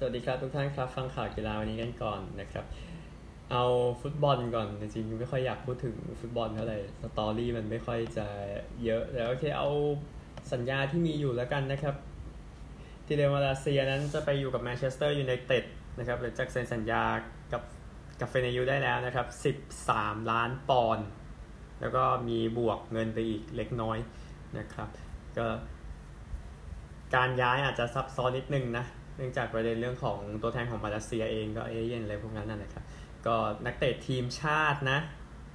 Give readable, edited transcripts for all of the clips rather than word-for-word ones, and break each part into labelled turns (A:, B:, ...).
A: วัสดีครับทุกท่านครับฟังข่าวกีฬาวันนี้กันก่อนนะครับเอาฟุตบอลก่อนจริงๆไม่ค่อยอยากพูดถึงฟุตบอลเท่าไหร่สตอรี่มันไม่ค่อยจะเยอะแต่โอเคเอาสัญญาที่มีอยู่แล้วกันนะครับทีเดมาเลเซียนั้นจะไปอยู่กับแมนเชสเตอร์ยูไนเต็ดนะครับหลังจากเซ็นสัญญากับเฟเนยูได้แล้วนะครับ13ล้านปอนด์แล้วก็มีบวกเงินไปอีกเล็กน้อยนะครับก็การย้ายอาจจะซับซ้อนนิดนึงนะเนื่องจากประเด็นเรื่องของตัวแทนของมาเลเซียเองก็เอเย่นอะไรพวกนั้นนะครับก็นักเตะทีมชาตินะ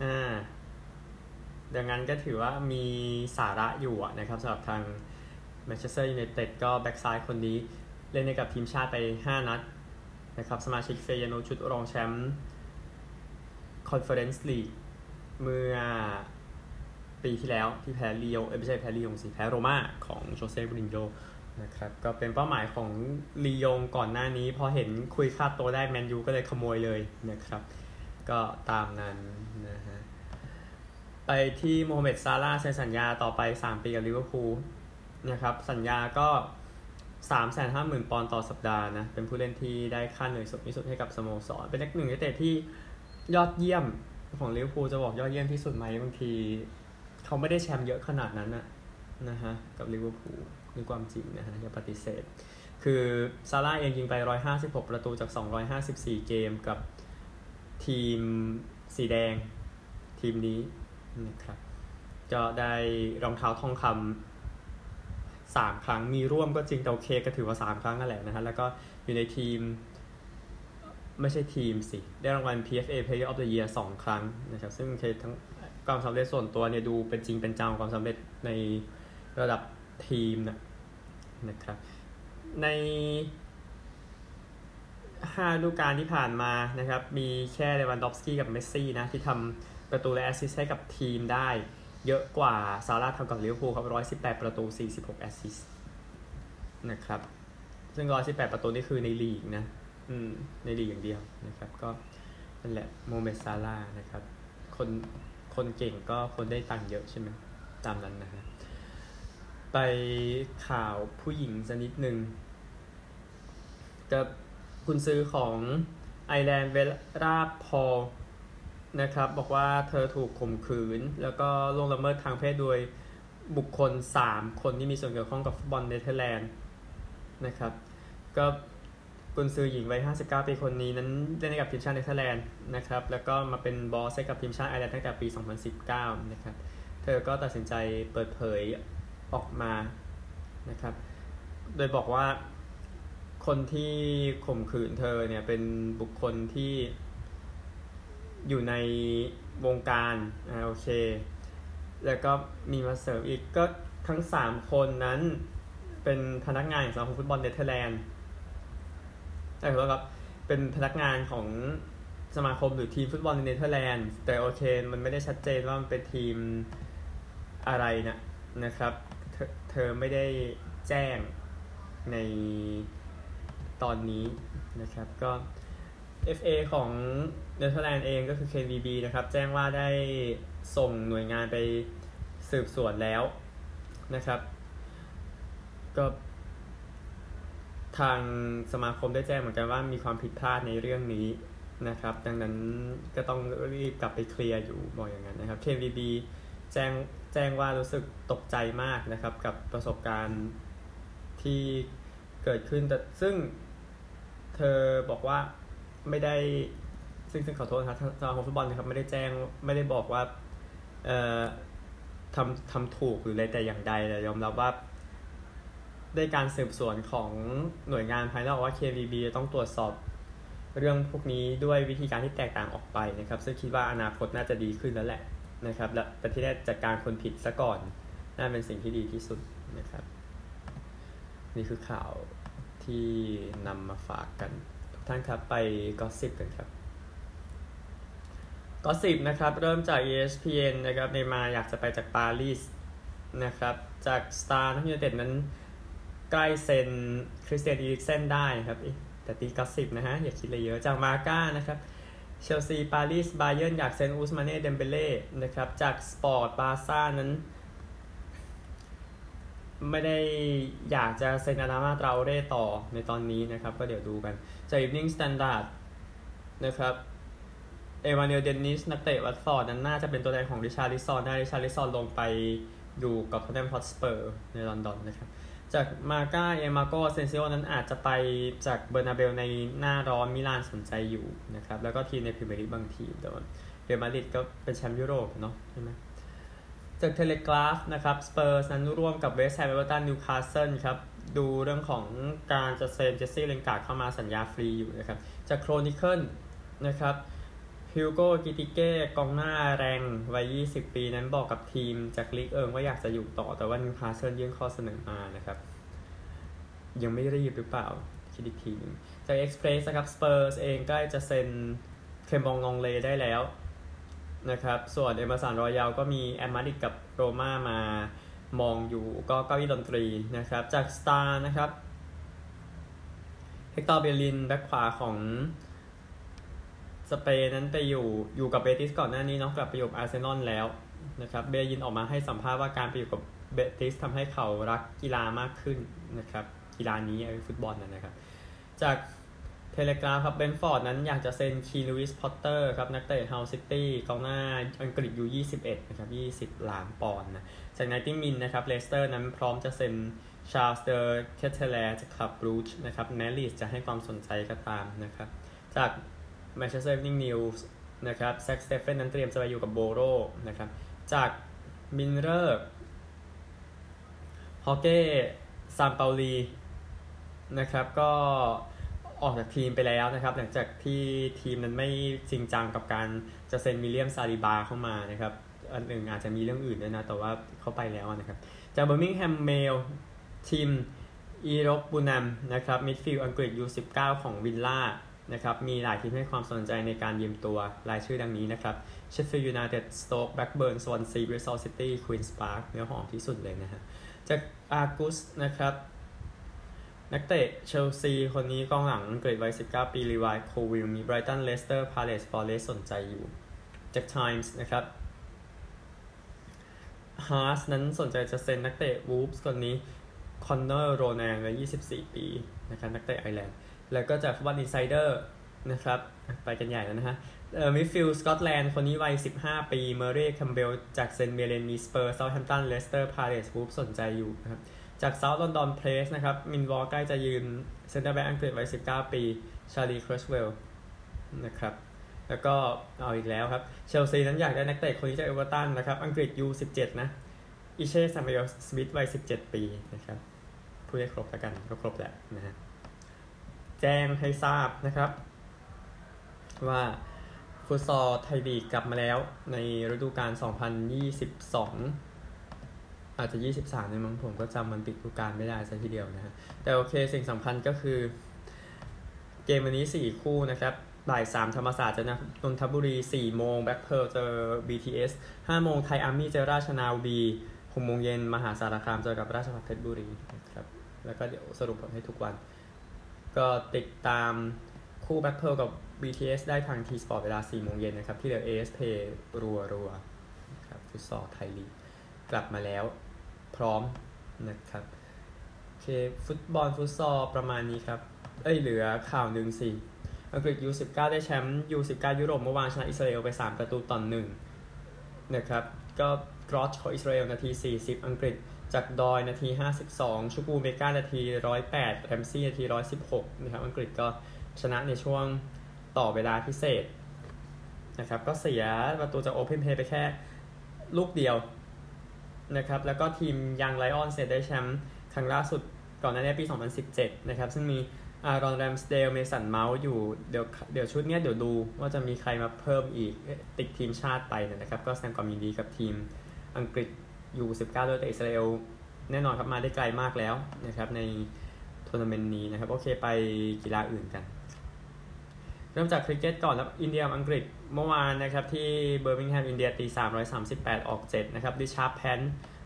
A: ดังนั้นก็ถือว่ามีสาระอยู่นะครับสำหรับทางแมนเชสเตอร์ยูไนเต็ดก็แบ็กซ้ายคนนี้เล่นให้กับทีมชาติไป5นัดนะครับสมาชิกเฟยโนชุดรองแชมป์คอนเฟอเรนซ์ลีกเมื่อปีที่แล้วที่แพ้ลียงไม่ใช่แพ้ลียงสิแพ้โรม่าของโชเซ่มูรินโญ่นะครับก็เป็นเป้าหมายของลียงก่อนหน้านี้พอเห็นคุยค่าตัวได้แมนยูก็เลยขโมยเลยนะครับก็ตามนั้นนะฮะไปที่โมฮัมเหม็ดซาลาห์เซ็นสัญญาต่อไป3ปีกับลิเวอร์พูลนะครับสัญญาก็ 350,000 ปอนด์ต่อสัปดาห์นะเป็นผู้เล่นที่ได้ค่าเหนื่อยสูงที่สุดให้กับสโมสรเป็นนักเตะที่ยอดเยี่ยมของลิเวอร์พูลจะบอกยอดเยี่ยมที่สุดไหมบางทีเขาไม่ได้แชมป์เยอะขนาดนั้นนะฮะกับลิเวอร์พูลนี่ความจริงนะฮะอย่าปฏิเสธคือซาร่าเองยิงไป156ประตูจาก254เกมกับทีมสีแดงทีมนี้นะครับก็ได้รองเท้าทองคำ3ครั้งมีร่วมก็จริงแต่โอเคก็ถือว่า3ครั้งนั่นแหละนะฮะแล้วก็อยู่ในทีมไม่ใช่ทีมสิได้รางวัล PFA Player of the Year 2 ครั้งนะครับซึ่งเคทั้งความสำเร็จส่วนตัวเนี่ยดูเป็นจริงเป็นจังความสำเร็จในระดับทีมนะครับใน5ฤดูกาลที่ผ่านมานะครับมีแค่เลวันดอฟสกี้กับเมสซี่นะที่ทำประตูและแอสซิสต์ให้กับทีมได้เยอะกว่าซาร่าทำกับลิเวอร์พูลครับ118ประตู46แอสซิสต์นะครับซึ่ง118ประตูนี่คือในลีกนะในลีกอย่างเดียวนะครับก็นั่นแหละโมเมดซาร่านะครับคนเก่งก็คนได้ตังค์เยอะใช่ไหมตามนั้นนะฮะไปข่าวผู้หญิงสักนิดนึงกับกุนซือของไอร์แลนด์เวราพอลนะครับบอกว่าเธอถูกข่มขืนแล้วก็ล่วงละเมิดทางเพศโดยบุคคล3คนที่มีส่วนเกี่ยวข้องกับฟุตบอลเนเธอร์แลนด์นะครับก็กุนซือหญิงวัย59ปีคนนี้นั้นเล่นให้กับทีมชาติเนเธอร์แลนด์นะครับแล้วก็มาเป็นบอสให้กับทีมชาติไอร์แลนด์ตั้งแต่ปี2019นะครับเธอก็ตัดสินใจเปิดเผยออกมานะครับโดยบอกว่าคนที่ข่มขืนเธอเนี่ยเป็นบุคคลที่อยู่ในวงการโอเคแล้วก็มีมาเสริมอีกก็ทั้ง3คนนั้นเป็นพนักงานของสมาคมฟุตบอลเนเธอร์แลนด์ใช่ครับเป็นพนักงานของสมาคมหรือทีมฟุตบอลในเนเธอร์แลนด์แต่โอเคมันไม่ได้ชัดเจนว่ามันเป็นทีมอะไรนะครับเธอไม่ได้แจ้งในตอนนี้นะครับก็ FA ของเนเธอร์แลนด์เองก็คือ KVB นะครับแจ้งว่าได้ส่งหน่วยงานไปสืบสวนแล้วนะครับก็ทางสมาคมได้แจ้งเหมือนกันว่ามีความผิดพลาดในเรื่องนี้นะครับดังนั้นก็ต้องรีบกลับไปเคลียร์อยู่บอกอย่างนั้นนะครับ KVB แจ้งว่ารู้สึกตกใจมากนะครับกับประสบการณ์ที่เกิดขึ้นแต่ซึ่งเธอบอกว่าไม่ได้ซึ่งขอโทษครับสมาคมฟุตบอลนะครับไม่ได้แจ้งไม่ได้บอกว่าทำถูกหรืออะไรแต่อย่างใดแต่ยอมรับว่าได้การสืบสวนของหน่วยงานภายนอกว่า KVB ต้องตรวจสอบเรื่องพวกนี้ด้วยวิธีการที่แตกต่างออกไปนะครับซึ่งคิดว่าอนาคตน่าจะดีขึ้นแล้วแหละนะครับและแต่ที่แรกจัดการคนผิดซะก่อนน่าเป็นสิ่งที่ดีที่สุดนะครับนี่คือข่าวที่นำมาฝากกันทุกท่านครับไปก็สิบกันครับก็10นะครับเริ่มจาก ESPN นะครับเนย์มาร์อยากจะไปจากปารีสนะครับจากสตาร์ยูไนเต็ดนั้นใกล้เซ็นคริสเตียน อีริกเซนได้นะครับแต่ตีก็10นะฮะอย่าคิดอะไรเยอะจากมาก้านะครับเชลซีปารีสบาเยิร์นอยากเซ็นอุสมาเน่เดมเบเล่นะครับจากสปอร์ตบาร์ซ่านั้นไม่ได้อยากจะเซ็นอาดามา เตราเร่ต่อในตอนนี้นะครับก็เดี๋ยวดูกันจาก Evening Standard นะครับเอวานเนล เดนนิสนักเตะวัตฟอร์ดนั้นน่าจะเป็นตัวแทนของริชาร์ลิซอนได้ริชาร์ลิซอนลงไปอยู่กับท็อตแนมฮอตสเปอร์ในลอนดอนนะครับจากมาก้ามาโกเซนซิโอนั้นอาจจะไปจากเบอร์นาเบลในหน้าร้อนมิลานสนใจอยู่นะครับแล้วก็ทีมในพรีเมียร์ลีกบางทีมแต่ว่าเรอัลมาดริดก็เป็นแชมป์ยุโรปเนาะใช่ไหมจากเทเลกราฟนะครับสเปอร์นั้นร่วมกับเวสต์แฮม เอเวอร์ตัน นิวคาสเซิลครับดูเรื่องของการจะเซ็นเจสซี่เลนการ์ดเข้ามาสัญญาฟรีอยู่นะครับจากโครนิเคิลนะครับฮิวโก้กิติเก้กองหน้าแรงวัย20 ปีนั้นบอกกับทีมจากลีกว่าอยากจะอยู่ต่อแต่ว่านิวคาสเซิลยื่นข้อเสนอมานะครับยังไม่รีบหรือเปล่าคิดอีกทีนึงจากเอ็กซ์เพรสนะครับสเปอร์สเองใกล้จะเซ็นเคมบองงองเลได้แล้วนะครับส่วนเอมาสันรอยัลก็มีแอมมาดริดกับโรม่ามามองอยู่ก็เก้าอี้ดนตรีนะครับจากสตาร์นะครับเฮกตอร์เบลินแบ็คขวาของสเปนนั้นไปอยู่กับเบติสก่อนหน้านี้เนาะกลับไปอยู่อาร์เซนอลแล้วนะครับเบลินออกมาให้สัมภาษณ์ว่าการไปอยู่กับเบติสทำให้เขารักกีฬามากขึ้นนะครับกีฬานี้ฟุตบอลนะครับจากเทเลกราฟครับเบนฟอร์ดนั้นอยากจะเซ็นคีลูอิสพอตเตอร์ครับนักเตะเฮาซิตี้กองหน้าอังกฤษอยู่21นะครับ20 ล้านปอนด์นะจากไนติงมินนะครับเลสเตอร์นั้นพร้อมจะเซ็นชาร์ลส์เดอร์เคเทเลจากคลับบรูชนะครับแมลีสจะให้ความสนใจก็ตามนะครับจากแมนเชสเตอร์ อีฟนิ่ง นิวส์นะครับแซ็กสเตเฟนนั้นเตรียมจะไปอยู่กับโบโรนะครับจากมินเรอร์ฮอเก้ซานเปาลีนะครับก็ออกจากทีมไปแล้วนะครับหลังจากที่ทีมนั้นไม่จริงจังกับการจะเซ็นวิลเลียมซาลิบาเข้ามานะครับอันอื่นอาจจะมีเรื่องอื่นด้วยนะแต่ว่าเขาไปแล้วนะครับจากเบอร์มิงแฮมเมลทีมอีโรบูนัมนะครับมิดฟิลด์อังกฤษยู19ของวิลล่านะครับมีหลายทีมให้ความสนใจในการยืมตัวรายชื่อดังนี้นะครับเชฟฟิลด์ยูไนเต็ดสโต๊กแบล็กเบิร์นสวอนซีบริสตอลซิตี้ควีนส์พาร์คเนื้อหอมที่สุดเลยนะฮะจากอาร์กุสนะครับนักเตะเชลซีคนนี้กองหลังอังกฤษวัย19 ปีลีวายโควิลมีไบรตันเลสเตอร์พาเลสฟอเรสต์สนใจอยู่จากไทมส์นะครับฮาร์สนั้นสนใจจะเซ็นนักเตะวูฟส์คนนี้คอนเนอร์โรแนนวัย24 ปีนะครับนักเตะไอร์แลนด์แล้วก็จากฟุตบอลอินไซเดอร์นะครับไปกันใหญ่แล้วนะฮะมิดฟิลด์สกอตแลนด์คนนี้วัย15 ปีเมอร์เรย์แคมเบลจากเซนต์เมเรนมีสเปอร์เซาท์แฮมป์ตันเลสเตอร์พาเลสวูฟส์สนใจอยู่นะครับจากเซาท์ลอนดอนเพลสนะครับมินวอลใกล้จะยืมเซนเตอร์แบ็กอังกฤษวัย19 ปีชาลีครัชเวลนะครับแล้วก็เอาอีกแล้วครับเชลซีนั้นอยากได้นักเตะคนนี้จากเอเวอร์ตันนะครับอังกฤษ U17 นะอิเช่ซามูเอลสมิธวัย17 ปีนะครับพูดให้ครบแล้วกันก็ครบแล้วนะฮะแจ้งให้ทราบนะครับว่าฟุตซอลไทยลีกกลับมาแล้วในฤดูกาล2022อาจจะ23ในมั้งผมก็จำมันปิดฤดูกาลไม่ได้ซะทีเดียวนะฮะแต่โอเคสิ่งสำคัญก็คือเกมวันนี้4คู่นะครับบ่าย 3ธรรมศาสตร์เจอนนทบุรี 4 โมงแบล็คเพิร์ลเจอ BTS 5 โมงไทยอาร์มี่เจอราชนาวี6 โมงเย็นมหาสารคามเจอกับราชภัฏเพชรบุรีนะครับแล้วก็เดี๋ยวสรุปผลให้ทุกวันก็ติดตามคู่แบล็คเพิร์ลกับ BTS ได้ทาง T-Sport เวลา 4 โมงเย็นนะครับที่เหลือ ASP รัวนะครับฟุตซอลไทยลีกกลับมาแล้วพร้อมนะครับโอเคฟุตบอลฟุตซอลประมาณนี้ครับเหลือข่าวหนึ่งสิอังกฤษ U19 ได้แชมป์ U19 ยุโรปเมื่อวานชนะอิสราเอลไป3-1นะครับก็กรอชของอิสราเอลนาที40อังกฤษจากดอยนาที52ชูกูเมกานาที108แรมซี่นาที116นะครับอังกฤษก็ชนะในช่วงต่อเวลาพิเศษนะครับก็เสียประตูจากโอเพนเพย์ไปแค่ลูกเดียวนะครับแล้วก็ทีมยังไลออนเซตได้แชมป์ครั้งล่าสุดก่อนหน้านี้ปี2017นะครับซึ่งมีอารอนแรมสเดลเมสันเมาส์อยู่เดี๋ยวชุดนี้เดี๋ยวดูว่าจะมีใครมาเพิ่มอีกติดทีมชาติไปนะครับก็แสดงความยินดีกับทีมอังกฤษU19โดยแต่อิสราเอลแน่นอนครับมาได้ไกลมากแล้วนะครับในทัวร์นาเมนต์นี้นะครับโอเคไปกีฬาอื่นกันเริ่มจากคริกเก็ตก่อนครับอินเดียอังกฤษเมื่อวานนะครับที่เบอร์มิงแฮมอินเดียตี338ออก7นะครับดิชาร์ดแพน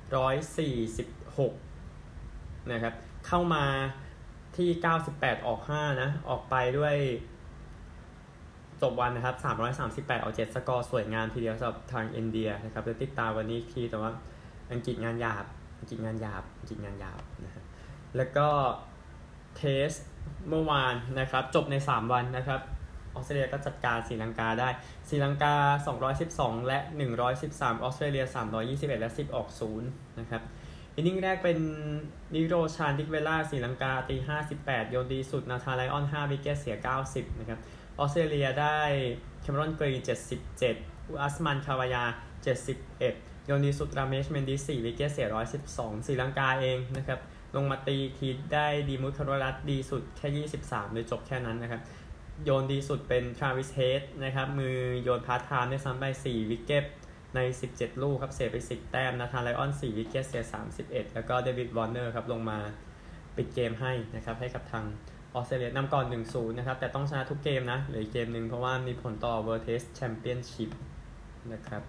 A: 146นะครับเข้ามาที่98ออก5นะออกไปด้วยจบวันนะครับ338ออก7สกอร์สวยงามทีเดียวสำหรับทางอินเดียนะครับเดี๋ยวติดตามวันนี้ทีแต่ว่าอังกฤษงานหยาบจริงงานหยาบนะฮะแล้วก็เทสเมื่อวานนะครับจบใน3วันนะครับออสเตรเลียก็จัดการศรีลังกาได้ศรีลังกา212และ113ออสเตรเลีย321และ10ออก0นะครับอินนิ่งแรกเป็นนิโรชานดิกเวล่าศรีลังกาตี58โยนดีสุดนาธานไลออน5วิกเก็ตเสีย90นะครับออสเตรเลียได้แคมรอนกรีน77อัสมันคาวายา71โยนดีสุดราเมชเมนดิ4วิกเก็ตเสีย112ศรีลังกาเองนะครับลงมาตีทีได้ดีมุตคาร์รัตดีสุดแค่23โดยจบแค่นั้นนะครับโยนดีสุดเป็นทราวิสเฮดนะครับมือโยนพาร์ทไทม์ได้ซ้ำไป4วิกเก็ตใน17ลูกครับเสียไป10แต้มนาธานไลออน4วิกเก็ตเสีย31แล้วก็เดวิดวอร์เนอร์ครับลงมาปิดเกมให้นะครับให้กับทางออสเตรเลียนำก่อน 1-0 นะครับแต่ต้องชนะทุกเกมนะเหลืออีกเกมนึงเพราะว่ามีผลต่อ World Test Championship นะครับ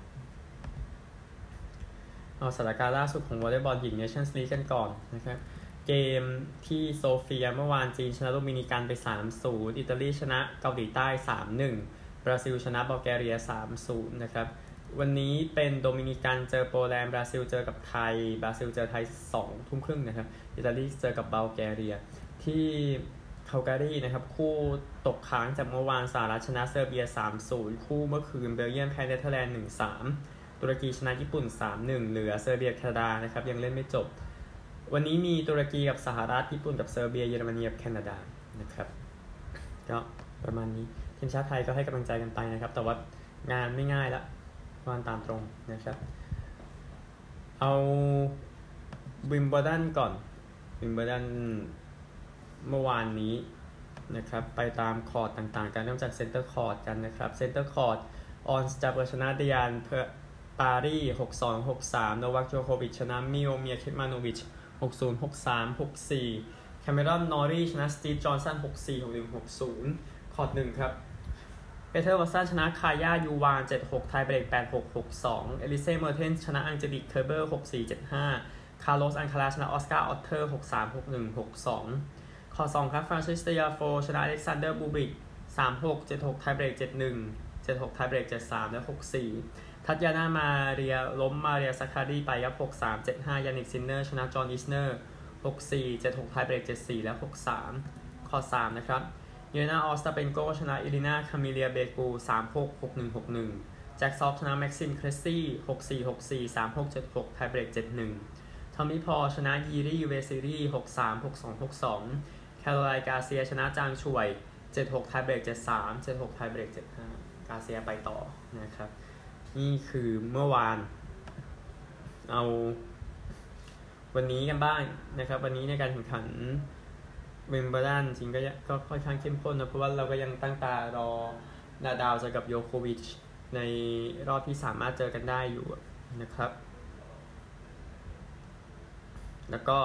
A: เอาสถานการณ์ล่าสุดของวอลเลย์บอลหญิง Nations League กันก่อนนะครับเกมที่โซเฟียเมื่อวานจีนชนะโดมินิกันไป 3-0 อิตาลีชนะเกาหลีใต้ 3-1 บราซิลชนะบัลแกเรีย 3-0 นะครับวันนี้เป็นโดมินิกันเจอโปแลนด์บราซิลเจอกับไทยบราซิลเจอไทย 2 ทุ่มครึ่งนะครับอิตาลีเจอกับบัลแกเรียที่คาลการีนะครับคู่ตกค้างจากเมื่อวานสหรัฐชนะเซอร์เบีย 3-0 คู่เมื่อคืนเบลเยียมแพ้เนเธอร์แลนด์ 1-3 ตุรกีชนะญี่ปุ่น 3-1 เหลือเซอร์เบียแคนาดานะครับยังเล่นไม่จบวันนี้มีตุรกีกับสหรัฐญี่ปุ่นกับเซอร์เบียเยอรมนีกับแคนาดานะครับก็ประมาณนี้ทีมชาติไทยก็ให้กำลังใจกันไปนะครับแต่ว่างานไม่ง่ายละวันตามตรงนะครับเอาวิมเบิลดันก่อนวิมเบิลดันเมื่อวานนี้นะครับไปตามคอร์ดต่างๆกันเริ่มจากเซ็นเตอร์คอร์ดกันนะครับเซ็นเตอร์คอร์ดออนจับชนะเดียนปารีส 6-2 6-3 โนวัคโจโควิชชนะมิโอเมียคิดมาโนวิช 6-0 6-3 6-4 แคเมรอนนอรี่ชนะสตีฟจอห์นสัน 6-4 6-1 6-0 คอร์ด1ครับเปเทอร์วอตสันชนะคายายูวาน 7-6 ไทเบรก 8-6 6-2 เอลิเซ่เมอร์เทนชนะอังเจลิกเคอร์เบอร์ 6-4 7-5 คาร์โลสอันคาราชนะออสการ์ออตเทอร์ 6-3 6-1 6-2 คอร์ด2ครับฟรานซิสเตียโฟชนะอเล็กซานเดอร์บูบริก 3-6 7-6 ไทเบรก 7-1 7-6 ไทเบรก 7-3 และ 6-4 ทัตยานามาเรียล้มมาเรียซัคคารีไปครับ 6-3 7-5 ยานิกซินเนอร์ชนะจอห์นอิสเนอร์ 6-4 7-6 ไทเบรก 7-4 และ 6-3 คอร์ด3นะครับเยนาออสตาเปนโกชนะอิลินาคามิเลียเบกู 3-6 6-1 6-1 แจ็คซอฟชนะแม็กซิมเครสซี่ 6-4 6-4 3-6 7-6 ไทเบรก 7-1 ทอมมี่พอลชนะยีรี่เวซิรี่ 6-3 6-2 6-2 แคโรไลน์กาเซียชนะจางช่วย 7-6 ไทเบรก 7-3 7-6 ไทเบรก 7-5 กาเซียไปต่อนะครับนี่คือเมื่อวานเอาวันนี้กันบ้างนะครับวันนี้ในการแข่งขันวิมเบิลดันจริงก็ค่อนข้างเข้มข้นนะเพราะว่าเราก็ยังตั้งตารอนาดาวเจอกับโยโควิชในรอบที่สามารถเจอกันได้อยู่นะครับแล้วก็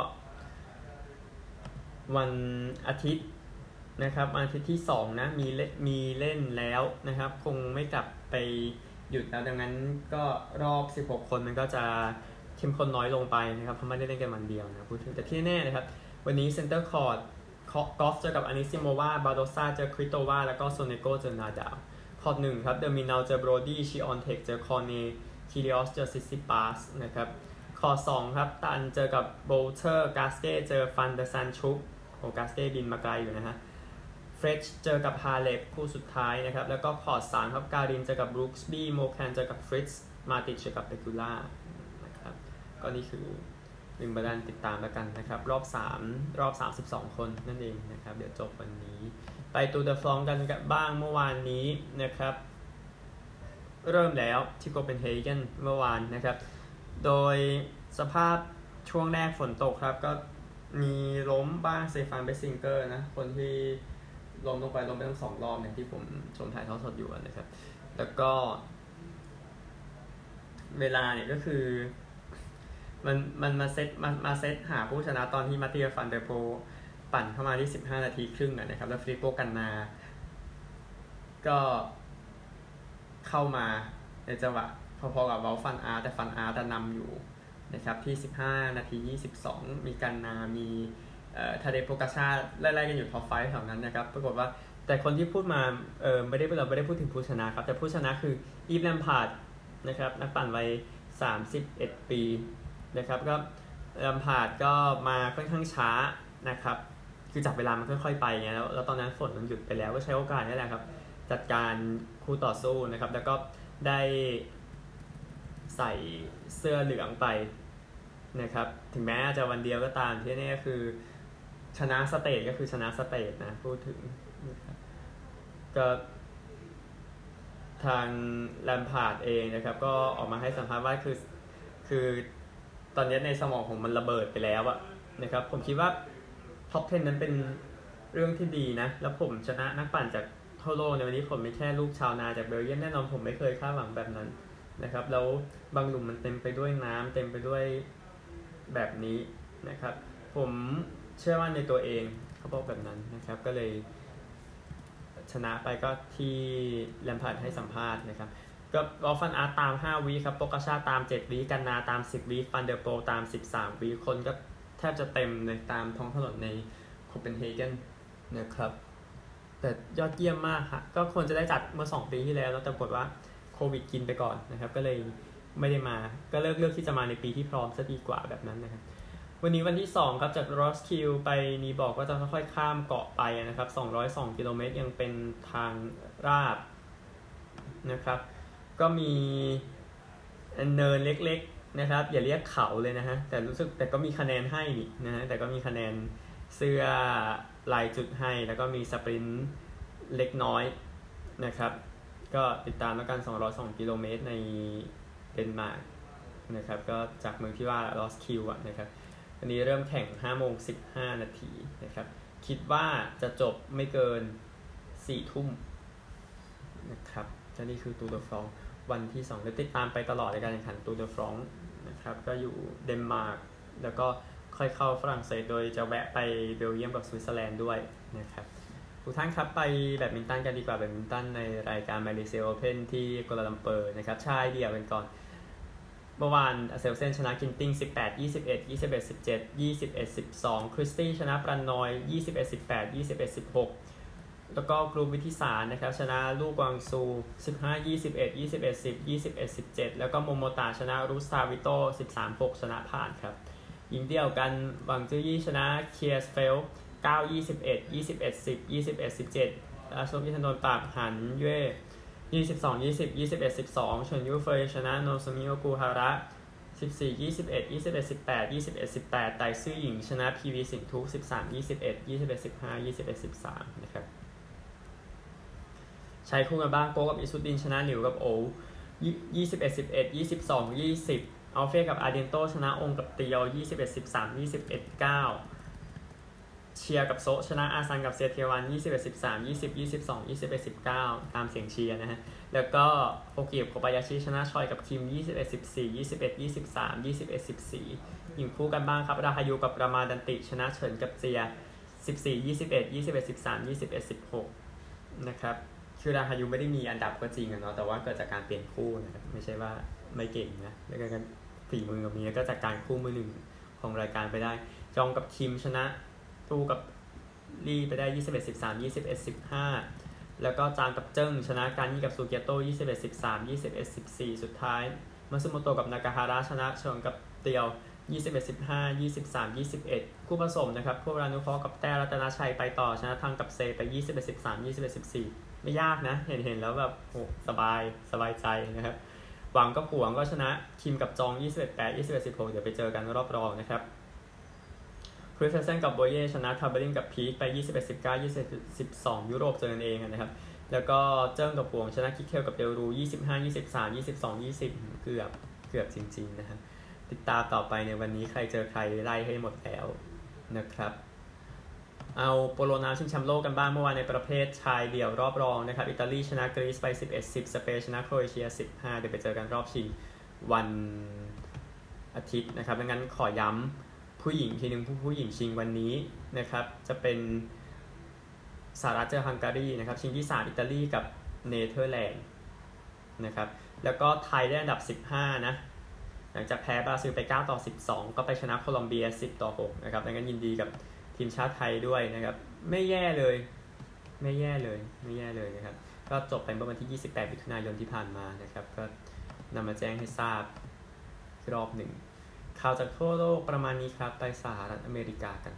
A: วันอาทิตย์นะครับวันอาทิตย์ที่2นะมีเล่นแล้วนะครับคงไม่กลับไปหยุดแล้วดังนั้นก็รอบ16คนมันก็จะเข้มข้นน้อยลงไปนะครับเพราะไม่ได้เล่นกันวันเดียวนะพูดถึงแต่ที่แน่นะครับวันนี้เซ็นเตอร์คอร์ดกอล์ฟเจอกับอานิซิโมวาบาโดซาเจอคริโตวาแล้วก็โซเนโกเจอนาดาวคอร์ด1ครับเดอร์มินาลเจอโบรดี้ชิออนเทคเจอคอร์เนคิริออสเจอซิซิปาสนะครับคอร์ด2ครับตันเจอกับโบลเทอร์กาสเก้เจอฟันเดอร์ซันชุกโอกาสเก้บินมาไกลอยู่นะฮะเฟรชเจอกับฮาเลปคู่สุดท้ายนะครับแล้วก็คอร์ด3ครับการินเจอกับบรูคส์บี้โมแคนเจอกับฟริตซ์มาติชเจอกับเปกูล่านะครับก็นี่คือวิมเบิลดันติดตามแล้วกันนะครับรอบ32คนนั่นเองนะครับเดี๋ยวจบวันนี้ไปตูเดอฟลองกันบ้างเมื่อวานนี้นะครับเริ่มแล้วที่โคเปนเฮเกนเมื่อวานนะครับโดยสภาพช่วงแรกฝนตกครับก็มีล้มบ้างเซฟานเบสซิงเกอร์นะคนที่ล้มไปทั้ง2รอบเนี่ยที่ผมชมถ่ายทอดสดอยู่นะครับแล้วก็เวลาเนี่ยก็คือมันมาเซตหาผู้ชนะตอนที่มาเตียฟันเดอร์โปปั่นเข้ามาที่15 นาทีครึ่งนะครับแล้วฟริโปกันนาก็เข้ามาในจังหวะพอๆกับเวลฟันอาร์แต่ฟันอาร์นำอยู่นะครับที่15 นาที 22มีกันนามีทาเดโปกาชาไล่ๆกันอยู่ท็อป5แถวนั้นนะครับปรากฏว่าแต่คนที่พูดมาเราไม่ได้พูดถึงผู้ชนะครับแต่ผู้ชนะคืออีฟแลมพาร์ดนะครับนักปั่นวัย31 ปีนะครับก็แลมพาร์ดก็มาค่อนข้างช้านะครับคือจับเวลามันค่อยๆไปไงแล้วตอนนั้นฝนมันหยุดไปแล้วก็ใช้โอกาสนี่แหละครับจัดการคู่ต่อสู้นะครับแล้วก็ได้ใส่เสื้อเหลืองไปนะครับถึงแม้จะวันเดียวก็ตามที่นี่ก็คือชนะสเตทก็คือชนะสเตทนะพูดถึงนะครับก็ทางแลมพาร์ดเองนะครับก็ออกมาให้สัมภาษณ์ว่าคือตอนนี้ในสมองผมมันระเบิดไปแล้วอะนะครับผมคิดว่าท็อป 10 นั้นเป็นเรื่องที่ดีนะแล้วผมชนะนักปั่นจากทั่วโลกในวันนี้ผมไม่แค่ลูกชาวนาจากเบลเยียมแน่นอนผมไม่เคยคาดหวังแบบนั้นนะครับแล้วบางหลุมมันเต็มไปด้วยน้ำเต็มไปด้วยแบบนี้นะครับผมเชื่อว่าในตัวเองเขาบอกแบบนั้นนะครับก็เลยชนะไปก็ที่แลมพาร์ดให้สัมภาษณ์นะครับก็ลอฟันอาร์ตตาม5วิครับโปกาชาตาม7วิกันนาตาม10วิฟันเดอร์โปตาม13วิคนก็แทบจะเต็มเลยตามท้องถนนในโคเปนเฮเกนนะครับแต่ยอดเยี่ยมมากฮะก็ควรจะได้จัดเมื่อ2ปีที่แล้วแต่ปรากฏว่าโควิดกินไปก่อนนะครับก็เลยไม่ได้มาก็เลือกที่จะมาในปีที่พร้อมซะดีกว่าแบบนั้นนะครับวันนี้วันที่2ครับจากรอสคิลไปนีบอกก็จะค่อยๆข้ามเกาะไปนะครับ202กิโลเมตรยังเป็นทางราบนะครับก็มีเนินเล็กๆนะครับอย่าเรียกเขาเลยนะฮะแต่ก็มีคะแนนให้นี่นะฮะแต่ก็มีคะแนนเสื้อลายจุดให้แล้วก็มีสปรินต์เล็กน้อยนะครับก็ติดตามแล้วกัน202กิโลเมตรในเดนมาร์กนะครับก็จากเมืองที่ว่าลอสคิลนะครับวันนี้เริ่มแข่ง 5:15 นาทีนะครับคิดว่าจะจบไม่เกิน 4 ทุ่มนะครับนี่คือตูร์เดอฟรองซ์วันที่2แล้วติดตามไปตลอดในการแข่งขันตูร์เดอฟรองซ์นะครับก็อยู่เดนมาร์กแล้วก็ค่อยเข้าฝรั่งเศสโดยจะแวะไปเบลเยียมกับสวิตเซอร์แลนด์ด้วยนะครับทุกท่านครับไปแบดมินตันกันดีกว่าแบดมินตันในรายการ Malaysia Open ที่กัวลาลัมเปอร์นะครับชายเดี่ยวกันก่อนเมื่อวานเซลเซนชนะกินติ้ง18 21 21 17 21 12คริสตี้ชนะปรันนอย21 18 21 16แล้วก็กลุ่มวิทิสารนะครับชนะลูกกวางซู15 21 21 10 21 17แล้วก็โมโมตะชนะรูสตาวิโต13 6ชนะผ่านครับหญิงเดี่ยวกันหวังจื้อยี่ชนะเคียร์สเฟล9 21 21 10 21 17ราชวิทนนท์ปราบหันเย่22 20 21 12เฉินยูเฟยชนะโนซามิโอกุฮาระ14 21 21 18 21 18ไต่ซื่อหญิงชนะพีวีสิงห์ทุก13 21 21 15 21 13นะครับใช้คู่กันบ้างโก้กับอิสุดินชนะหลิวกับโอ21 11 22 20อัลเฟ่กับอาร์เดนโตชนะองกับเตียว21 13 21 9เชียร์กับโซชนะอาซันกับเซียเทวัน21 13 20 22 21 19ตามเสียงเชียร์นะฮะแล้วก็โอกิโคบายาชิชนะชอยกับคิม21 14 21 23 21 14หญิงคู่กันบ้างครับราฮายูกับรามาดันติชนะเฉินกับเซีย14 21 21 13 21 16นะครับคือราฮายูไม่ได้มีอันดับก็จริงเนาะแต่ว่าเกิดจากการเปลี่ยนคู่นะครับไม่ใช่ว่าไม่เก่งนะแล้วก็ฝีมือกับนี้ก็จากการคู่มือหนึ่งของรายการไปได้จองกับคิมชนะตู้กับลี่ไปได้21 13 21 15แล้วก็จางกับเจิ้งชนะการยี่กับซูเกียโต้21 13 21 14สุดท้ายมาซึโมโตะกับนากาฮาระชนะเฉิงกับเตียว21 15 23 21คู่ผสมนะครับพวกรานุเคราะห์กับแต้รัตนชัยไปต่อชนะทางกับเซไป21 13 21 14ไม่ยากนะเห็นแล้วแบบโหสบายใจนะครับหวังกับหวงก็ชนะคิมกับจอง21 8 21 16เดี๋ยวไปเจอกันรอบรองนะครับคริสเซนกับโบเย่ชนะทาเบลินกับพีคไป21 19 21 12ยุโรปเจอกันเองนะครับแล้วก็เจิ้งกับหวงชนะคิกเคลกับเดลรู25 23 22 20เกือบจริงๆนะครับติดตามต่อไปในวันนี้ใครเจอใครไล่ให้หมดแล้วนะครับเอาโปโลน้ำชิงแชมป์โลกกันบ้างเมื่อวานในประเภทชายเดี่ยวรอบรองนะครับอิตาลีชนะกรีซไป11 10สเปนชนะโครเอเชีย15เดี๋ยวไปเจอกันรอบชิงวันอาทิตย์นะครับดังนั้นขอย้ำผู้หญิงทีนึงผู้หญิงชิงวันนี้นะครับจะเป็นสหรัฐเจอฮังการีนะครับชิงที่3อิตาลีกับเนเธอร์แลนด์นะครับแล้วก็ไทยได้อันดับ15นะหลังจากแพ้บราซิลไป9-12ก็ไปชนะโคลอมเบีย10-6นะครับดังนั้นยินดีกับทีมชาติไทยด้วยนะครับไม่แย่เลยนะครับก็จบไปเมื่อวันที่28มิถุนายนที่ผ่านมานะครับก็นำมาแจ้งให้ทราบรอบหนึ่งคข่าวจากทั่วโลกประมาณนี้ครับไปสหรัฐอเมริกากัน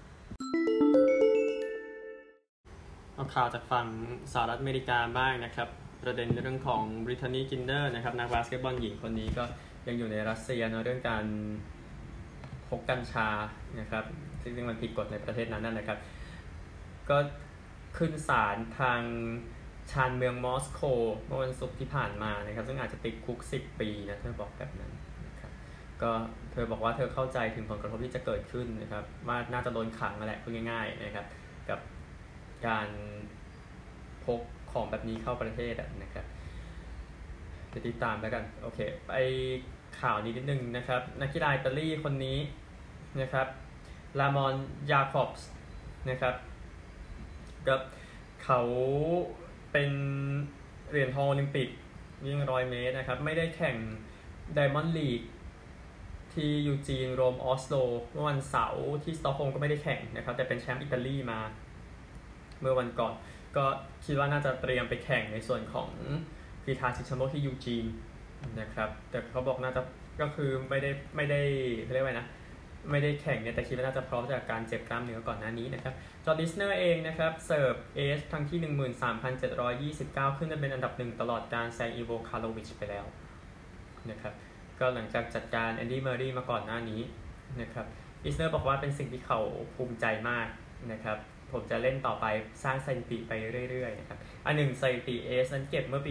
A: เอาข่าวจากฝั่งสหรัฐอเมริกาบ้างนะครับประเด็นเรื่องของบริทานีกินเนอร์นะครับนักบาสเกตบอลหญิงคนนี้ก็ยังอยู่ในรัสเซียเรื่องการพกกัญชานะครับซึ่งมันผิดกฎในประเทศนั้นนะครับก็ขึ้นศาลทางชานเมืองมอสโกเมื่อวันศุกร์ที่ผ่านมานะครับซึ่งอาจจะติดคุก10 ปีนะเธอบอกแบบนั้นนะครับก็เธอบอกว่าเธอเข้าใจถึงผลกระทบที่จะเกิดขึ้นนะครับว่าน่าจะโดนขังนั่นแหละพูดง่ายๆนะครับกับการพกของแบบนี้เข้าประเทศนะครับจะติดตามแล้วกันโอเคไปข่าวนี้นิดนึงนะครับนักกีฬาอิตาลีคนนี้นะครับลามอนยาคอบส์นะครับก็เขาเป็นเหรียญทองโอลิมปิกวิ่ง100 เมตรนะครับไม่ได้แข่งไดมอนด์ลีกที่ยูจีนโรมออสโลเมื่อวันเสาร์ที่สต็อกโฮล์มก็ไม่ได้แข่งนะครับแต่เป็นแชมป์อิตาลีมาเมื่อวันก่อนก็คิดว่าน่าจะเตรียมไปแข่งในส่วนของกีฬาชิงแชมป์โลกที่ยูจีนนะครับแต่เขาบอกน่าจะก็คือไม่ได้เรียกว่านะไม่ได้แข่งเนี่ยแต่คิดว่าน่าจะพร้อมจากการเจ็บกล้ามเนื้อก่อนหน้านี้นะครับจอร์น ลิสเนอร์เองนะครับเสิร์ฟเอสครั้งที่ 13,729 ขึ้นจะเป็นอันดับ1ตลอดการแซงอีโวคาโลวิชไปแล้วนะครับก็หลังจากจัดการแอนดี้เมอร์รีมาก่อนหน้านี้นะครับลิสเนอร์บอกว่าเป็นสิ่งที่เขาภูมิใจมากนะครับผมจะเล่นต่อไปสร้างสถิติไปเรื่อยๆนะครับอันหนึ่งสถิติเอสนั้นเก็บเมื่อปี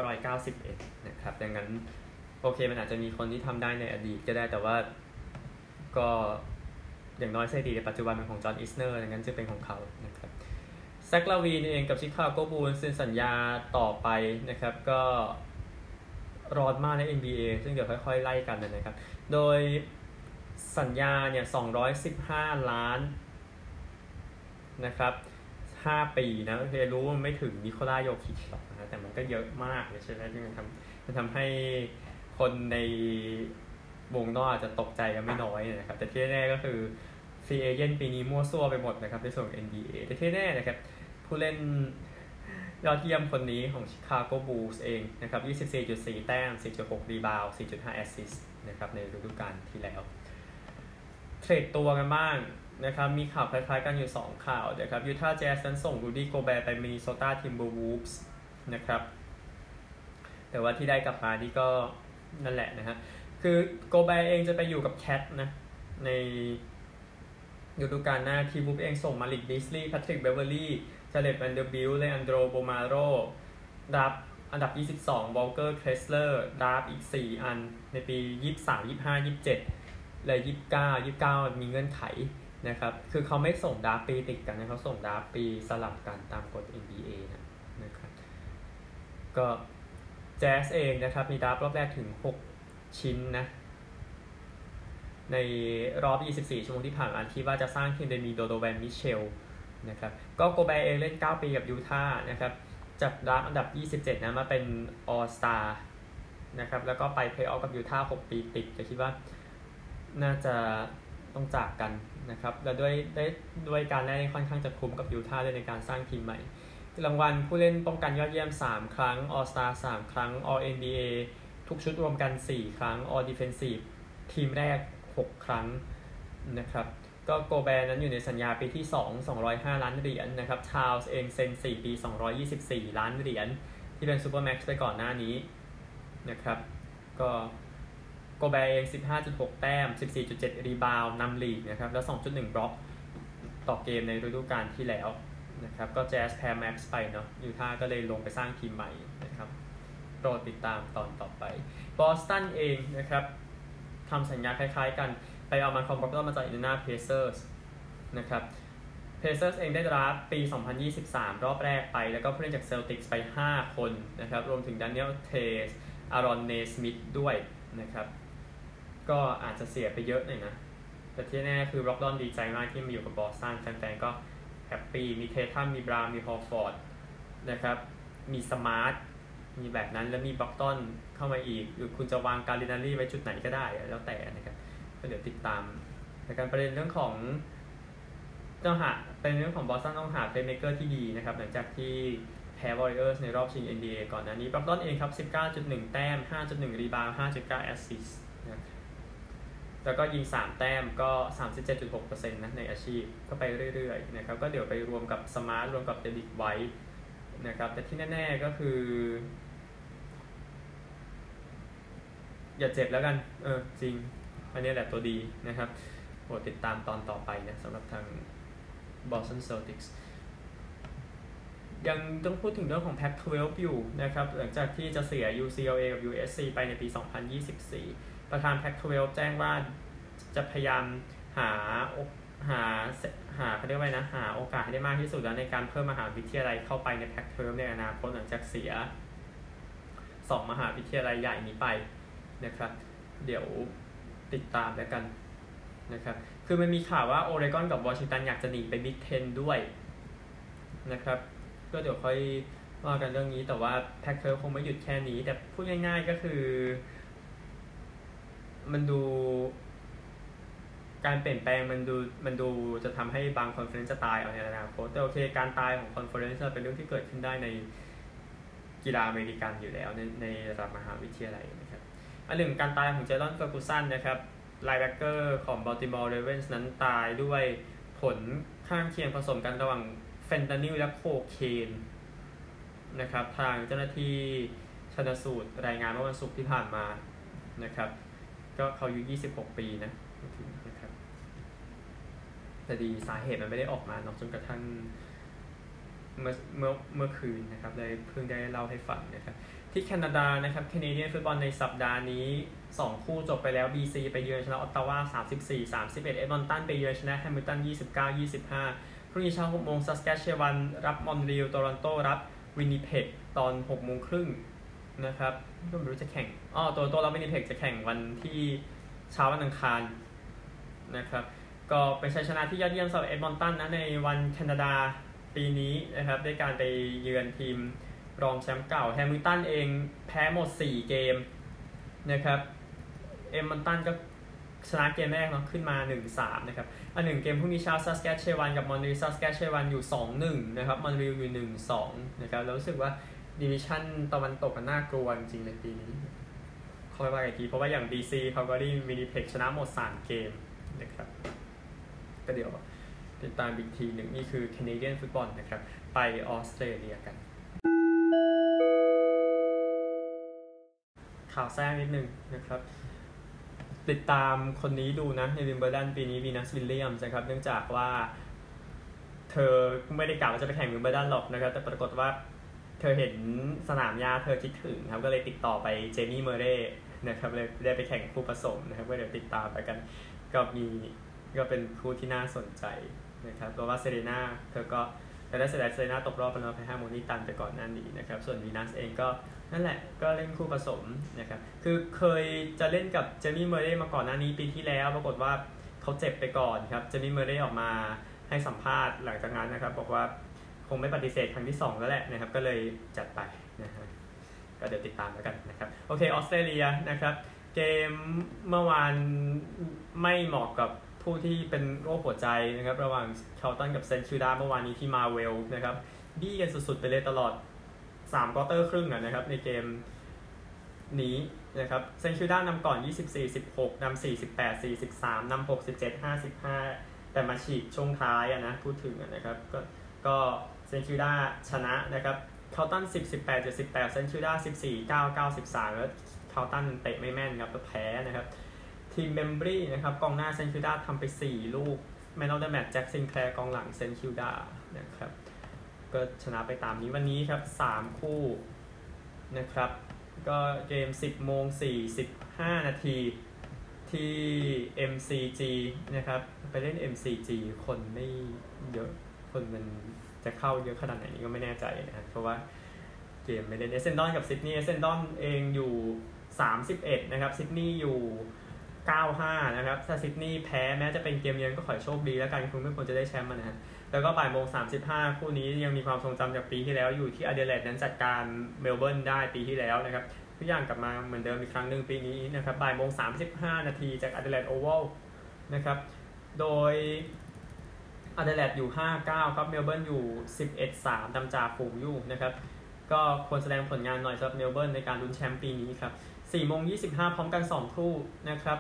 A: 1991 นะครับดังนั้นโอเคมันอาจจะมีคนที่ทำได้ในอดีตก็ได้แต่ว่าก็อย่างน้อยสถิติในปัจจุบันเป็นของจอห์น ลิสเนอร์ดังนั้นจะเป็นของเขานะครับแซค ลาวีนเองกับชิคาโกบูลส์เซ็นสัญญาต่อไปนะครับก็ร้อนมากใน NBA ซึ่งเดี๋ยวค่อยๆไล่กันนะครับโดยสัญญาเนี่ย215 ล้านนะครับ5 ปีนะโอเครู้ว่าไม่ถึงนิโคลา โยคิชหรอกนะแต่มันก็เยอะมากเลยใช่ไหมที่มันทำให้คนในวงนอกอาจจะตกใจกันไม่น้อยนะครับแต่ที่แน่ก็คือฟรีเอเจนต์ปีนี้มั่วซั่วไปหมดนะครับในส่วน NBA แต่ที่แน่นะครับผู้เล่นยอดเยี่ยมคนนี้ของชิคาโกบูลส์เองนะครับ 24.4 แต้ม 4.6 รีบาวด์ 4.5 แอสซิสต์นะครับในฤดูกาลที่แล้วเทรดตัวกันบ้างนะครับมีข่าวคล้ายๆกันอยู่2ข่าวนะครับยูทาห์แจ๊สนั้นส่งรูดี้โกแบร์ไปมินนิโซตาทิมเบอร์วูฟส์นะครับแต่ว่าที่ได้กลับมานี่ก็นั่นแหละนะฮะคือโกแบร์เองจะไปอยู่กับแคทนะในฤดูกาลหน้าทีมวูฟเองส่งมาลิกบิสลีย์แพทริกเบเวอร์ลี่เจเลตแวนเดอร์บิลต์เลอันโดรโบมาโรรับอันดับ22วอลเกอร์เครสเลอร์รับอีก4อันในปี23 25 27เลย29มีเงื่อนไขนะครับคือเขาไม่ส่งดราฟปีติดกันนะเขาส่งดราฟปีสลับกันตามกฎ NBA นะครับก็แจ๊สเองนะครับมีดราฟรอบแรกถึง6ชิ้นนะในรอบ24 ชั่วโมงที่ผ่านมาที่ว่าจะสร้างทีมโดยมีโดโดแวนมิเชลนะครับก็โกแบร์เองเล่น9 ปีกับยูทาห์นะครับจากดราฟอันดับ27นะมาเป็นออลสตาร์นะครับแล้วก็ไปเพลย์ออฟกับยูทาห์6 ปีติดแต่คิดว่าน่าจะต้องจากกันนะครับและด้วยการได้ค่อนข้างจะคุ้มกับยูทาห์ในการสร้างทีมใหม่รางวัลผู้เล่นป้องกันยอดเยี่ยม3 ครั้ง All Star 3 ครั้ง All NBA ทุกชุดรวมกัน4 ครั้ง All Defensive ทีมแรก6 ครั้งนะครับก็โกแบร์นั้นอยู่ในสัญญาปีที่205 ล้านเหรียญนะครับชาร์ลส์เองเซ็น4 ปี224 ล้านเหรียญที่เป็นซูเปอร์แม็กซ์ไปก่อนหน้านี้นะครับก็โกแบร์เอง 15.6 แต้ม 14.7 รีบาวด์นำลีกนะครับแล้ว 2.1 บล็อกต่อเกมในฤดูกาลที่แล้วนะครับก็แจ๊สแพ้แม็กซ์ไปเนาะยูทาห์ก็เลยลงไปสร้างทีมใหม่นะครับโปรดติดตามตอนต่อไปบอสตันเองนะครับทำสัญญาคล้ายๆกันไปเอามาคอมบล็อกมาจากอินเดียนาเพเซอร์สนะครับเพเซอร์สเองได้รับปี 2023 รอบแรกไปแล้วก็ผู้เล่นจากเซลติกส์ไป5 คนนะครับรวมถึงดานิเอลเทสอารอนเนสมิธด้วยนะครับก็อาจจะเสียไปเยอะหน่อยนะแต่ที่แน่คือบล็อกดอนดีใจมากที่มาอยู่กับบอสตันแฟนๆก็แฮปปี้มีเททัมมีบราวน์มีฮอลฟอร์ดนะครับมีสมาร์ทมีแบบนั้นแล้วมีบล็อกดอนเข้ามาอีกหรือคุณจะวางการินารีไว้จุดไหนก็ได้แล้วแต่นะครับก็เดี๋ยวติดตามในการประเด็นเรื่องของต้องหาเป็นเรื่องของบอสตันต้องหาเพลย์เมคเกอร์ที่ดีนะครับหลังจากที่แพ้วอริเออร์สในรอบชิง NBA ก่อนหน้านี้บล็อกดอนเองครับ 19.1 แต้ม 5.1 รีบาวด์ 5.9 แอสซิสต์แล้วก็ยิง3แต้มก็ 37.6% นะในอาชีพก็ไปเรื่อยๆนะครับก็เดี๋ยวไปรวมกับสมาร์ทรวมกับเดวิดไวท์นะครับแต่ที่แน่ๆก็คืออย่าเจ็บแล้วกันจริงอันนี้แหละตัวดีนะครับโปรดติดตามตอนต่อไปนะสำหรับทาง Boston Celtics ยังต้องพูดถึงเรื่องของ Pac-12 อยู่นะครับหลังจากที่จะเสีย UCLA กับ USC ไปในปี 2024 ประธาน Pac-12 แจ้งว่าจะพยายามหาเขาเรียกว่านะหาโอกาสให้ได้มากที่สุดแล้วในการเพิ่มมหาวิทยาลัยเข้าไปใน Pac-12 ในอนาคตหลังจากเสีย2มหาวิทยาลัยใหญ่นี้ไปนะครับเดี๋ยวติดตามแล้วกันนะครับคือมันมีข่าวว่าโอเรกอนกับวอชิงตันอยากจะหนีไปบิ๊กเทนด้วยนะครับก็เดี๋ยวค่อยว่ากันเรื่องนี้แต่ว่าแพ็คเกอร์คงไม่หยุดแค่นี้แต่พูดง่ายๆก็คือมันดูการเปลี่ยนแปลงมันดูจะทำให้บางคอนเฟอเรนซ์จะตายเอาในอนาคตแต่โอเคการตายของคอนเฟอเรนซ์เป็นเรื่องที่เกิดขึ้นได้ในกีฬาอเมริกันอยู่แล้วในระดับมหาวิทยาลัยนะครับอันหนึ่งการตายของเจรอน เฟอร์กูสันนะครับไลน์แบ็คเกอร์ของบัลติมอร์ เรเวนส์นั้นตายด้วยผลข้างเคียงผสมกันระหว่างเฟนตานิลและโคเคนนะครับทางเจ้าหน้าที่ชันสูตรรายงานเมื่อวันศุกร์ที่ผ่านมานะครับก็เขาอายุ26 ปีนะครับแต่ดีสาเหตุมันไม่ได้ออกมาเนาะจนกระทั่งเมื่อคืนนะครับเลยเพิ่งได้เล่าให้ฟังนะครับที่แคนาดานะครับแคนาเดียนฟุตบอลในสัปดาห์นี้2คู่จบไปแล้ว BC ไปเยือนชนะออตตาวา 34-31 เอ็ดมอนตันไปเยือนชนะแฮมิลตัน 29-25 พรุ่งนี้เช้า 6 โมง ซัสแคชเชวันรับมอนทรีออล โตรอนโตรับวินนิเพกตอน 6 โมงครึ่งนะครับก็ไม่รู้จะแข่งตัวรับวินนิเพกจะแข่งวันที่เช้าวันอังคารนะครับก็เป็นชัยชนะที่ยอดเยี่ยมสำหรับเอ็ดมอนตันนะในวันแคนาดาปีนี้นะครับด้วยการไปเยือนทีมรองแชมป์เก่าแฮมิลตันเองแพ้หมด4เกมนะครับเอ็ดมอนตันก็ชนะเกมแรกเนาะขึ้นมา 1-3 นะครับอันหนึ่งเกมพรุ่งนี้เช้าซัสแคชเชวันกับมอนทรีออลซัสแคชเชวันอยู่ 2-1 นะครับมอนทรีออลอยู่ 1-2 นะครับแล้วรู้สึกว่าดิวิชั่นตะวันตกมันน่ากลัวจริงๆในปีนี้คอยว่าอีกทีเพราะว่าอย่าง BC เขาก็ได้วินนิเพกชนะหมด3เกมนะครับก็เดี๋ยวติดตามอีกทีหนึ่งนี่คือแคนาเดียนฟุตบอลนะครับไปออสเตรเลียกันข่าวแทรกนิดนึงนะครับติดตามคนนี้ดูนะในวิมเบิลดันปีนี้วีนัสวิลเลียมส์นะครับเนื่องจากว่าเธอไม่ได้กล่าวว่าจะไปแข่งวิมเบิลดันหรอกนะครับแต่ปรากฏว่าเธอเห็นสนามหญ้าเธอคิดถึงครับก็เลยติดต่อไปเจมี่เมอร์เรย์นะครับเลยได้ไปแข่งคู่ผสมนะครับก็เดี๋ยวติดตามไปกันก็เป็นคู่ที่น่าสนใจนะครับเพราะว่าเซเรน่าเธอก็แต่ได้เซเรน่าตกรอบเป็นแพ้โมนิตันไปก่อนหน้านี้นะครับส่วนวีนัสเองก็นั่นแหละก็เล่นคู่ผสมนะครับคือเคยจะเล่นกับเจมี่เมอร์เรย์มาก่อนหน้านี้ปีที่แล้วปรากฏว่าเขาเจ็บไปก่อนครับเจมี่เมอร์เรย์ออกมาให้สัมภาษณ์หลังจากนั้นนะครับบอกว่าคงไม่ปฏิเสธครั้งที่2แล้วแหละนะครับก็เลยจัดไปนะฮะก็เดี๋ยวติดตามแล้วกันนะครับโอเคออสเตรเลียนะครับเกมเมื่อวานไม่เหมาะกับผู้ที่เป็นโรคหัวใจนะครับระหว่างเคลตันกับเซนต์คิวดาเมื่อวานนี้ที่มาเวลนะครับบี้กันสุดๆไปเลยตลอด3ควอเตอร์ครึ่งนะครับในเกมนี้นะครับเซนต์คิวดานำก่อน 24-16 นำ 48-43 นำ 67-55 แต่มาฉีกช่วงท้ายนะพูดถึงนะครับก็เซนต์คิวดาชนะนะครับเคลตัน 10-18-18 เซนต์คิวดา 14-9-93 แล้วเคลตันเตะไม่แม่นครับก็แพ้นะครับทีมเบมบรีนะครับกองหน้าเซนต์คิวดาทำไป4ลูกแมนออฟเดอะแมตช์แจ็คซินแคลร์กองหลังเซนต์คิวดานะครับก็ชนะไปตามนี้วันนี้ครับ3คู่นะครับก็เกม 10:45 นาทีที่ MCG นะครับไปเล่น MCG คนไม่เยอะคนมันจะเข้าเยอะขนาดไหนนี่ก็ไม่แน่ใจนะครับเพราะว่าเกมไม่เล่นเอเซนดอนกับซิดนีย์เอเซนดอนเองอยู่31นะครับซิดนีย์อยู่95นะครับถ้าซิดนีย์แพ้แม้จะเป็นเกมเยือนก็ขอโชคดีแล้วกันคุณไม่ควรจะได้แชมป์นะฮะแล้วก็บ่ายโมง35คู่นี้ยังมีความทรงจำจากปีที่แล้วอยู่ที่อเดเลดนั้นจัดการเมลเบิร์นได้ปีที่แล้วนะครับทุกอย่างกลับมาเหมือนเดิมอีกครั้งหนึ่งปีนี้นะครับบ่ายโมง35นาทีจากอเดเลดโอวัลนะครับโดยอเดเลดอยู่59ครับเมลเบิร์นอยู่11-3 นำจ่าฝูงอยู่นะครับก็ควรแสดงผลงานหน่อยสำหรับเมลเบิร์นในการลุ้นแชมป์ปีนี้ครับ4:25 พร้อมกัน2คู่นะครับ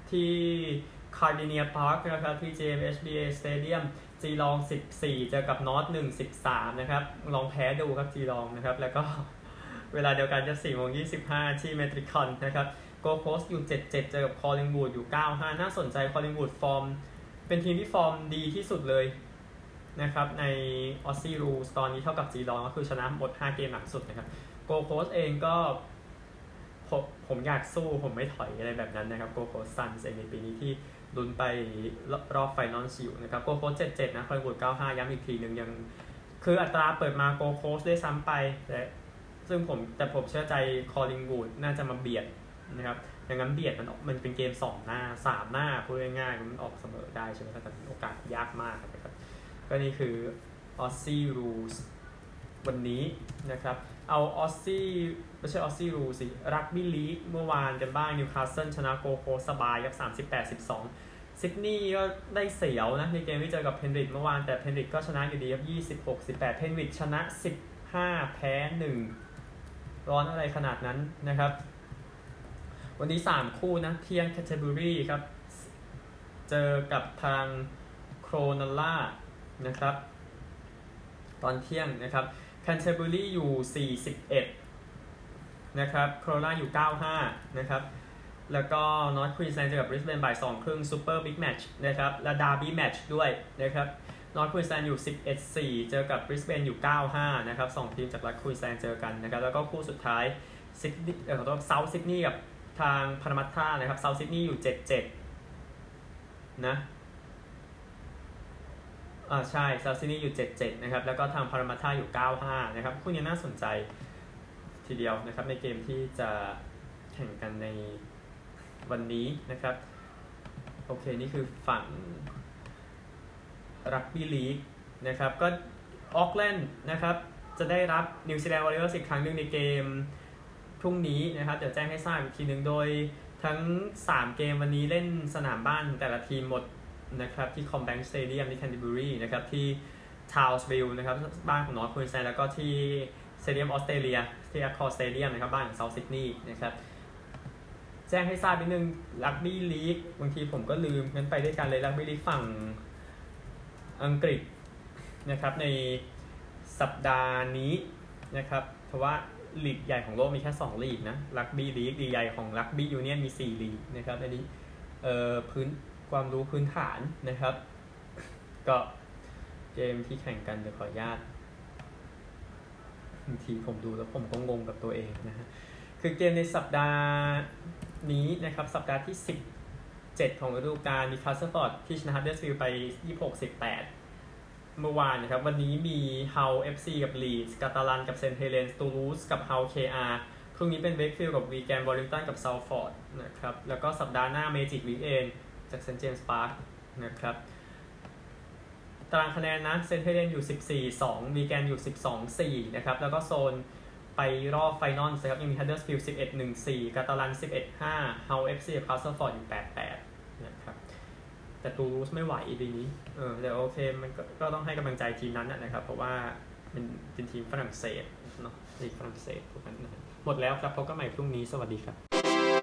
A: ที่คาร์ดิเนียพาร์คนะครับที่ JMHBA Stadium จีลอง14เจอกับนอร์ท13นะครับลองแพ้ดูครับจีลองนะครับแล้วก็เวลาเดียวกันจะ4:25ที่เมทริคอนนะครับโกลด์โคสต์อยู่77เจอกับคอลลิงวูดอยู่95น่าสนใจคอลลิงวูดฟอร์มเป็นทีมที่ฟอร์มดีที่สุดเลยนะครับในออสซี่รูสตอนนี้เท่ากับจีลองก็คือชนะหมด5เกมหลังสุดนะครับโกลด์โคสต์เองก็ผมอยากสู้ผมไม่ถอยอะไรแบบนั้นนะครับโกลด์โคสต์ซันส์ในปีนี้ที่ลุ้นไปรอบไฟนอลอยู่นะครับโกลด์โคสต์77นะคอลลิงวูด95ย้ำอีกทีนึงยังคืออัตราเปิดมาโกลด์โคสต์ได้ซ้ำไปซึ่งผมเชื่อใจคอลลิงวูดน่าจะมาเบียดนะครับอย่างนั้นเบียดมันเป็นเกม2หน้า3หน้าพูดง่ายๆมันออกเสมอได้ใช่ไหมครับแต่โอกาสยากมากนะครับก็นี่คือ Aussie Rules วันนี้นะครับเอา Aussie ไม่ใช่ Aussie Rules สิรักบี้ลีกเมื่อวานกันบ้างนิวคาสเซิลชนะโกลด์โคสต์สบายครับ38-12ซิดนีย์ก็ได้เสียวนะในเกมที่เจอกับเพนริดเมื่อวานแต่เพนริดก็ชนะอยู่ดีครับ26-18เพนริดชนะ15แพ้1ร้อนอะไรขนาดนั้นนะครับวันนี้3คู่นะเที่ยงแคทเทอรีครับเจอกับทางโครนัลล่านะครับตอนเที่ยงนะครับแคนเทอร์เบอรี่อยู่41นะครับโครนัลล่าอยู่95นะครับแล้วก็นอร์ทควีนส์แลนด์เจอกับบริสเบนบ่าย 2:30ซูเปอร์บิ๊กแมตช์นะครับและดาร์บี้แมตช์ด้วยนะครับนอร์ทควีนส์แลนด์อยู่11-4เจอกับบริสเบนอยู่95นะครับ2ทีมจากรัฐควีนส์แลนด์เจอกันนะครับแล้วก็คู่สุดท้ายซิดนีย์เซาท์ซิดนีย์กับทางพานามัตตานะครับเซาท์ซิดนีย์อยู่77นะใช่เซาท์ซิดนีย์อยู่77นะครับแล้วก็ทางพานามัตตาอยู่95นะครับคู่นี้น่าสนใจทีเดียวนะครับในเกมที่จะแข่งกันในวันนี้นะครับโอเคนี่คือฝั่งรักบี้ลีกนะครับก็ออกแลนด์นะครับจะได้รับนิวซีแลนด์วอริเออร์สอีกครั้งนึงในเกมพรุ่งนี้นะครับเดี๋ยวแจ้งให้ทราบอีกทีนึงโดยทั้ง3เกมวันนี้เล่นสนามบ้านแต่ละทีมหมดนะครับที่ CommBank Stadium ที่ Canterbury นะครับที่ Townsville นะครับบ้านของ North Queensland แล้วก็ที่ Stadium Australia ที่ Accor Stadium นะครับบ้านของ South Sydney นะครับแจ้งให้ทราบนิดนึงรักบี้ลีกบางทีผมก็ลืมงั้นไปด้วยกันเลยรักบี้ลีกฝั่งอังกฤษนะครับในสัปดาห์นี้นะครับเพราะว่าลีกใหญ่ของโลกมีแค่2ลีกนะรักบี้ลีกลีกใหญ่ของรักบี้ยูเนี่ยนมี4ลีกนะครับอันนี้ความรู้พื้นฐานนะครับก็เกมที่แข่งกันเดี๋ยวขออนุญาตบางทีผมดูแล้วผมก็งงกับตัวเองนะฮะคือเกมในสัปดาห์นี้นะครับสัปดาห์ที่17ของฤดูกาลมีคาสเซิลฟอร์ดที่ชนะฮัดเดอร์สฟิลด์ไป26-18เมื่อวานนะครับวันนี้มีเฮา FC กับลีดส์กาตาลันกับเซนต์เฮเลนส์ตูลูสกับเฮา KR พรุ่งนี้เป็นเวคฟิลด์กับวีแกนวอลลิงตันกับเซาท์ฟอร์ดนะครับแล้วก็สัปดาห์หน้าเมจิกวีคเอนจากเซนต์เจมส์พาร์คนะครับตารางคะแนนนะเซนต์เฮเลนอยู่ 14-2 วีแกนอยู่ 12-4 นะครับแล้วก็โซนไปรอบไฟนอลนะครับยังมีฮัดเดอร์สฟิลด์ 11-1-4 กาตาลัน 11-5 เฮา FC กับคาสเซิลฟอร์ดอยู่ 8-8 นะครับแต่ตูลูสไม่ไหวปีนี้เดี๋ยวโอเคมันก็ต้องให้กำลังใจทีมนั้นนะครับเพราะว่าเป็นทีมฝรั่งเศสเนาะทีมฝรั่งเศสพวกนั้นหมดแล้วครับพบกันใหม่พรุ่งนี้สวัสดีครับ